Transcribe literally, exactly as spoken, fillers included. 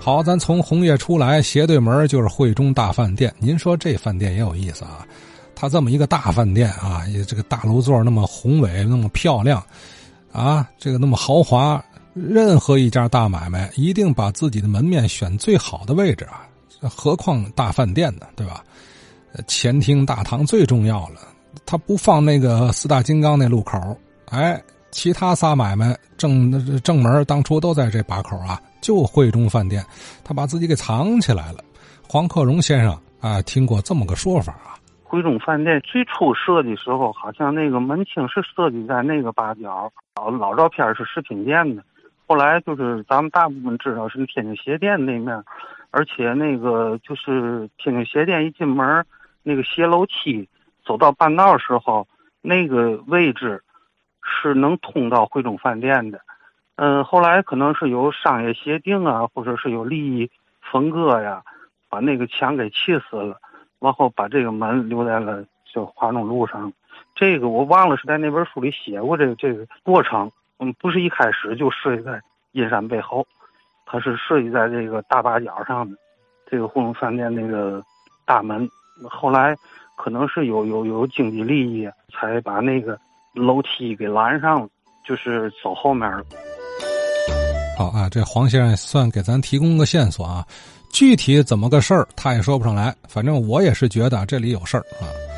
好，咱从红叶出来，斜对门就是汇中大饭店。您说这饭店也有意思啊，它这么一个大饭店啊，也这个大楼座那么宏伟，那么漂亮啊，这个那么豪华，任何一家大买卖一定把自己的门面选最好的位置啊，何况大饭店呢，对吧？前厅大堂最重要了，他不放那个四大金刚那路口，哎，其他仨买卖正正门当初都在这把口啊，就汇中饭店，他把自己给藏起来了。黄克荣先生啊，听过这么个说法啊。 汇中饭店最初设计时候，好像那个门厅是设计在那个八角，老老照片是食品店的，后来就是咱们大部分知道是天津鞋店那面，而且那个就是天津鞋店一进门，那个斜楼梯走到半道的时候，那个位置是能通到汇中饭店的。嗯，后来可能是有商业协定啊，或者是有利益分割呀，把那个墙给砌死了，然后把这个门留在了就华中路上。这个我忘了是在那本书里写过这个这个过程。嗯，不是一开始就设计在阴山背后，它是设计在这个大八角上的这个汇中饭店那个大门。后来可能是有有有经济利益，才把那个楼梯给拦上了，就是走后面了。 好啊，这黄先生算给咱提供个线索啊，具体怎么个事儿他也说不上来，反正我也是觉得这里有事儿啊。